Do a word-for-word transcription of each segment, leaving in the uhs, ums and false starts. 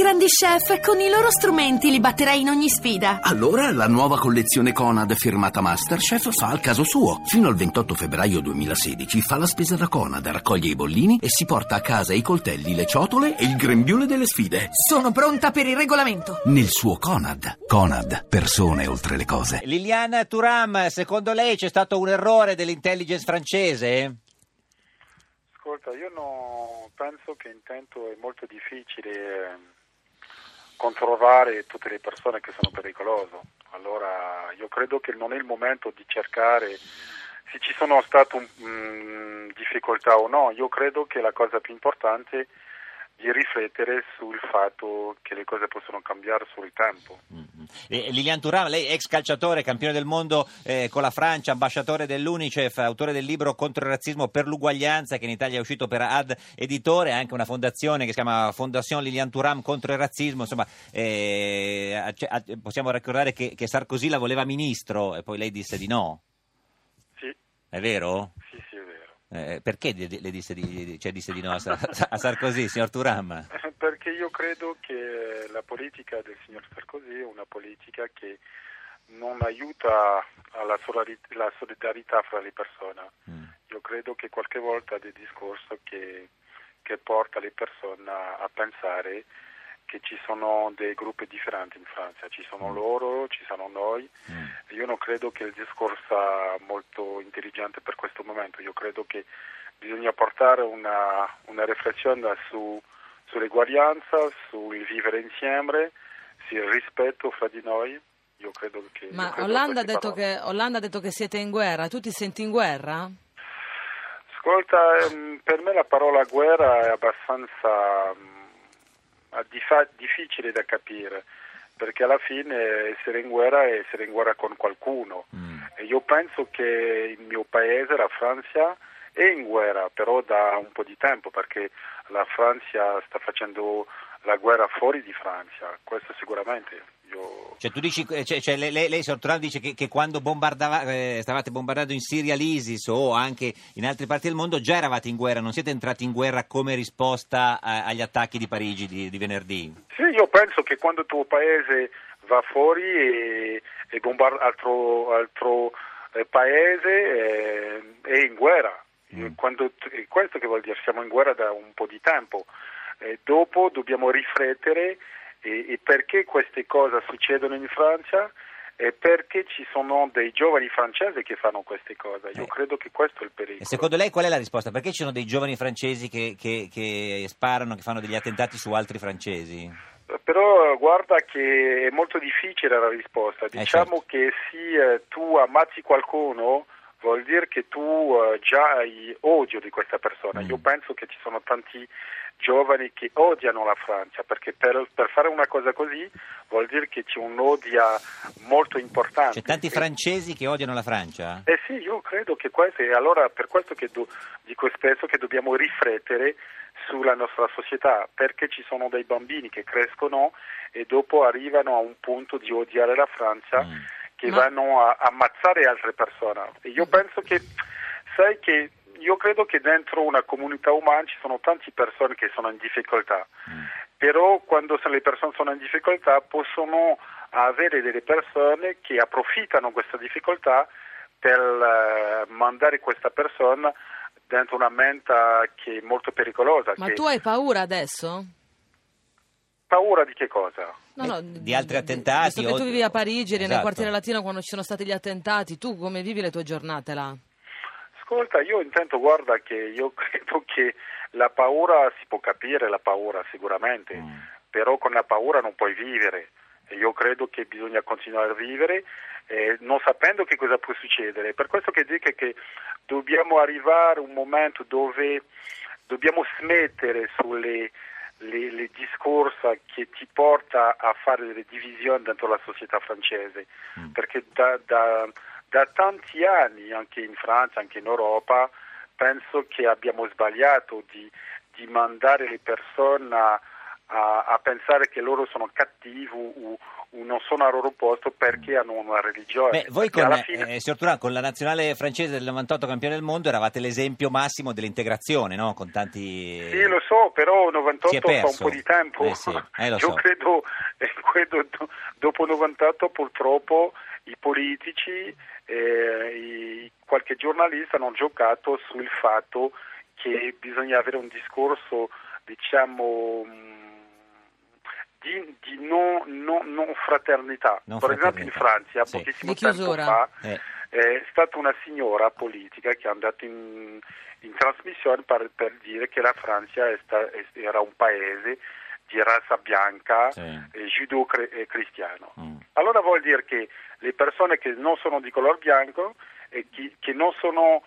grandi chef, con i loro strumenti li batterei in ogni sfida. Allora la nuova collezione Conad firmata Masterchef fa al caso suo. Fino al ventotto febbraio duemilasedici fa la spesa da Conad, raccoglie i bollini e si porta a casa i coltelli, le ciotole e il grembiule delle sfide. Sono pronta per il regolamento. Nel suo Conad. Conad, persone oltre le cose. Liliane Thuram, secondo lei c'è stato un errore dell'intelligence francese? Ascolta, io no, penso che intanto è molto difficile eh, controllare tutte le persone che sono pericolose. Allora io credo che non è il momento di cercare se ci sono state um, difficoltà o no. Io credo che la cosa più importante è di riflettere sul fatto che le cose possono cambiare sul tempo. Mm-hmm. E, Liliane Thuram, lei ex calciatore, campione del mondo eh, con la Francia, ambasciatore dell'Unicef, autore del libro Contro il razzismo per l'uguaglianza, che in Italia è uscito per Ad Editore, anche una fondazione che si chiama Fondation Liliane Thuram contro il razzismo. Insomma, eh, possiamo ricordare che, che Sarkozy la voleva ministro e poi lei disse di no. Sì. È vero? Sì, sì, è vero. Eh, perché le disse di, cioè disse di no a, a Sarkozy, signor Thuram? Perché io credo che la politica del signor Sarkozy è una politica che non aiuta alla solidarietà, la solidarietà fra le persone. Mm. Io credo che qualche volta ha dei discorsi che, che porta le persone a pensare che ci sono dei gruppi differenti in Francia, ci sono mm. loro, ci sono noi. Mm. Io non credo che il discorso sia molto intelligente per questo momento. Io credo che bisogna portare una, una riflessione su, sull'eguaglianza, sul vivere insieme, sul rispetto fra di noi. Io credo che... Ma Hollande ha, detto che, Hollande ha detto che siete in guerra, tu ti senti in guerra? Ascolta, per me la parola guerra è abbastanza... difficile da capire, perché alla fine essere in guerra è essere in guerra con qualcuno. Mm. E io penso che il mio paese, la Francia, è in guerra, però da un po' di tempo, perché la Francia sta facendo la guerra fuori di Francia, questo sicuramente. Io... Cioè tu dici, cioè, cioè lei, lei signor Thuram, dice che, che quando bombardava, eh, stavate bombardando in Siria l'ISIS o anche in altre parti del mondo già eravate in guerra, non siete entrati in guerra come risposta a, agli attacchi di Parigi di, di venerdì? Sì, io penso che quando il tuo paese va fuori e, e bombarda altro, altro eh, paese eh, è in guerra. Mm. Quando, è questo che vuol dire, siamo in guerra da un po' di tempo. Eh, dopo dobbiamo riflettere e, e perché queste cose succedono in Francia e perché ci sono dei giovani francesi che fanno queste cose. Io eh. credo che questo è il pericolo. E secondo lei qual è la risposta? Perché ci sono dei giovani francesi che, che, che sparano, che fanno degli attentati su altri francesi? Però guarda che è molto difficile la risposta. Diciamo eh certo. che se eh, tu ammazzi qualcuno vuol dire che tu uh, già hai odio di questa persona. Mm. Io penso che ci sono tanti giovani che odiano la Francia, perché per, per fare una cosa così vuol dire che c'è un odio molto importante. C'è tanti francesi che odiano la Francia? Eh sì, io credo che questo, e allora per questo che do, dico spesso che dobbiamo riflettere sulla nostra società, perché ci sono dei bambini che crescono e dopo arrivano a un punto di odiare la Francia, mm. che Ma... vanno a ammazzare altre persone. E io penso che, sai che io credo che dentro una comunità umana ci sono tante persone che sono in difficoltà, mm. però quando le persone sono in difficoltà possono avere delle persone che approfittano di questa difficoltà per uh, mandare questa persona dentro una mente che è molto pericolosa. Ma che... tu hai paura adesso? Paura di che cosa? No, no, di, di altri attentati? Visto che o... tu vivi a Parigi, eri esatto. nel quartiere latino quando ci sono stati gli attentati, tu come vivi le tue giornate là? Ascolta, io intanto guarda che io credo che la paura si può capire, la paura sicuramente, mm. però con la paura non puoi vivere. E io credo che bisogna continuare a vivere eh, non sapendo che cosa può succedere. Per questo che dico che dobbiamo arrivare a un momento dove dobbiamo smettere sulle le, le discorsi che ti porta a fare delle divisioni dentro la società francese, mm. perché da, da, da tanti anni, anche in Francia, anche in Europa, penso che abbiamo sbagliato di, di mandare le persone a, a, a pensare che loro sono cattivi o, o non sono al loro posto perché hanno una religione. Beh, voi con, alla fine... eh, signor Thuram, con la nazionale francese del novantotto campione del mondo eravate l'esempio massimo dell'integrazione, no? Con tanti... Sì, lo so, però Si è novantotto fa un perso. po' di tempo. Eh sì, eh, lo Io so. credo, eh, credo do- dopo novantotto purtroppo i politici e i- qualche giornalista hanno giocato sul fatto che bisogna avere un discorso, diciamo, mh, di, di non, non- non fraternità. Non per esempio in fraternità, Francia, sì. pochissimo Di tempo chiusura. fa, Eh. è stata una signora politica che è andata in, in trasmissione per, per dire che la Francia è sta- era un paese di razza bianca, Sì. eh, giudeo-cristiano. Mm. Allora vuol dire che le persone che non sono di color bianco e chi- che non sono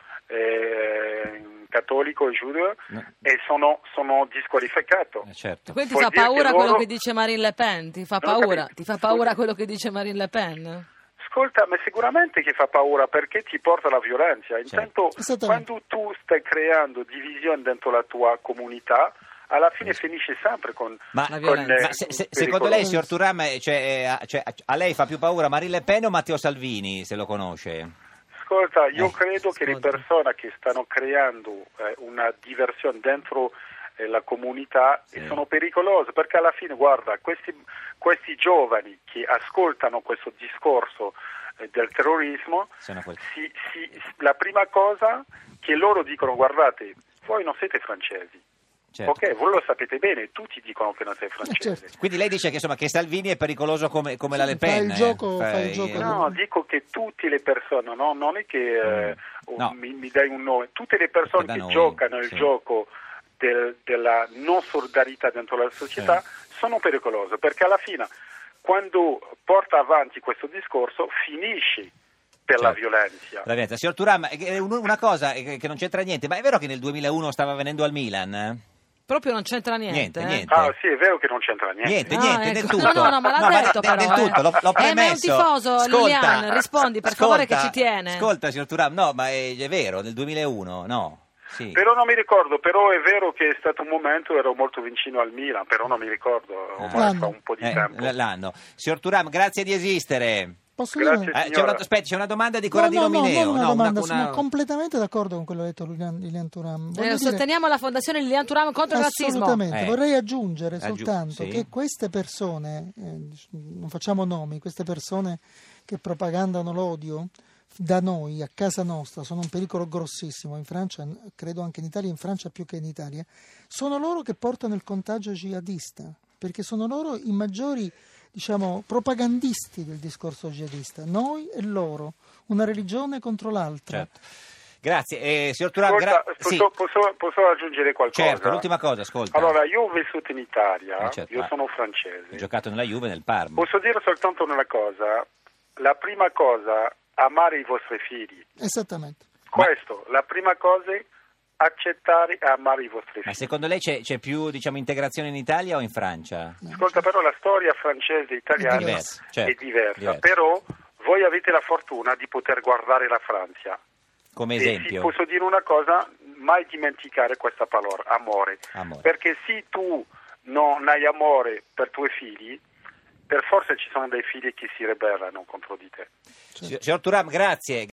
eh, cattolico e giudeo No. e sono, sono disqualificati. Eh, certo. Quindi ti Vuol fa dire paura che quello loro- che dice Marine Le Pen? Ti fa Non ho paura? capito. Ti fa paura quello che dice Marine Le Pen? Ascolta, ma sicuramente che fa paura perché ti porta alla violenza. Intanto, Esattamente. quando tu stai creando divisione dentro la tua comunità, alla fine finisce sempre con... Ma, La con, violenza. ma se- se- secondo lei, signor Thuram, eh, cioè, eh, cioè, a lei fa più paura Marine Le Pen o Matteo Salvini, se lo conosce? Ascolta, io Eh, credo che le ascolta. persone che stanno creando eh, una diversione dentro eh, la comunità Sì. eh, sono pericolose, perché alla fine, guarda, questi, questi giovani che ascoltano questo discorso eh, del terrorismo, Sono quelli- si- si- la prima cosa che loro dicono, guardate, voi non siete francesi. Certo. Ok, voi lo sapete bene, tutti dicono che non sei francese. certo. Quindi lei dice che, insomma, che Salvini è pericoloso come, come la Le Fa Pen? il eh? gioco- fa il gioco No, dico che tutte le persone, no, non è che eh, Mm. No. mi, mi dai un nome, tutte le persone Da che noi, giocano il sì. gioco del- della non solidarietà dentro la società sono pericolose, perché alla fine quando porta avanti questo discorso finisce per la Certo. violenza. La violenza. Signor Thuram, eh, un- una cosa eh, che non c'entra niente, ma è vero che nel duemilauno stava venendo al Milan? eh? Proprio non c'entra niente. Niente, eh? niente. Ah sì, è vero che non c'entra niente. Niente, Ah, niente, ecco. del tutto. No, no, ma l'ha detto del- del però, tutto, eh. l'ho, l'ho Eh, ma è un premesso. tifoso, Ascolta, Lilian, rispondi, per favore, che ascolta, ci tiene. Ascolta, signor Thuram, no, ma è, è vero, nel duemilauno, no. Sì. Però non mi ricordo, però è vero che è stato un momento, ero molto vicino al Milan, però non mi ricordo, ormai L'anno. fa un po' di Eh, tempo. l'anno. Signor Thuram, grazie di esistere. Posso Grazie. dire? Eh, c'è, Signora. una, aspetta, c'è una domanda di No, Corradino no, no, Mineo. non una no, domanda, una- una- sono completamente d'accordo con quello che ha detto Lilian, Lilian Thuram. Voglio Eh, dire- sosteniamo la fondazione Lilian Thuram contro il razzismo. Assolutamente, Eh. vorrei aggiungere Aggiu- soltanto sì. che queste persone, eh, non facciamo nomi, queste persone che propagandano l'odio da noi, a casa nostra, sono un pericolo grossissimo in Francia, credo anche in Italia, in Francia più che in Italia, sono loro che portano il contagio jihadista, perché sono loro i maggiori, diciamo, propagandisti del discorso jihadista, noi e loro, una religione contro l'altra. Certo. Grazie. Eh, signor Thuram, Ascolta, gra- posso, sì. posso- posso aggiungere qualcosa? Certo, l'ultima cosa, ascolta. Allora, io ho vissuto in Italia, Eh, certo, io ma- sono Ho francese. giocato nella Juve, nel Parma. Posso dire soltanto una cosa? La prima cosa, amare i vostri figli. Esattamente. Questo, la prima cosa è accettare e amare i vostri Ma figli. secondo lei c'è, c'è più, diciamo, integrazione in Italia o in Francia? Ascolta, però la storia francese e italiana È è diversa, certo, diversa, diversa. però voi avete la fortuna di poter guardare la Francia. Come E sì, esempio? posso dire una cosa, mai dimenticare questa parola, amore. Amore. Perché se tu non hai amore per i tuoi figli, per forza ci sono dei figli che si ribellano contro di te. Signor Thuram, grazie.